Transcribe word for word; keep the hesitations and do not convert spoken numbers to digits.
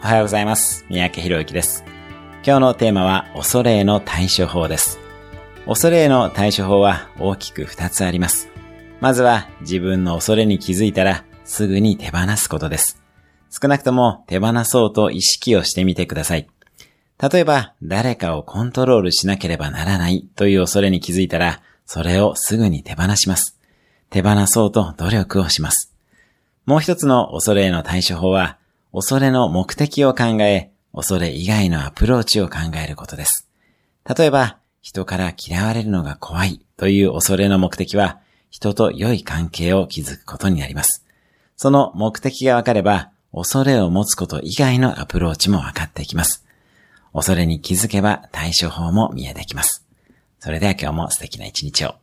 おはようございます。三宅博之です。今日のテーマは恐れへの対処法です。恐れへの対処法は大きくふたつあります。まずは自分の恐れに気づいたらすぐに手放すことです。少なくとも手放そうと意識をしてみてください。例えば誰かをコントロールしなければならないという恐れに気づいたらそれをすぐに手放します。手放そうと努力をします。もう一つの恐れへの対処法は恐れの目的を考え、恐れ以外のアプローチを考えることです。例えば、人から嫌われるのが怖いという恐れの目的は、人と良い関係を築くことになります。その目的が分かれば、恐れを持つこと以外のアプローチも分かってきます。恐れに気づけば対処法も見えてきます。それでは今日も素敵な一日を。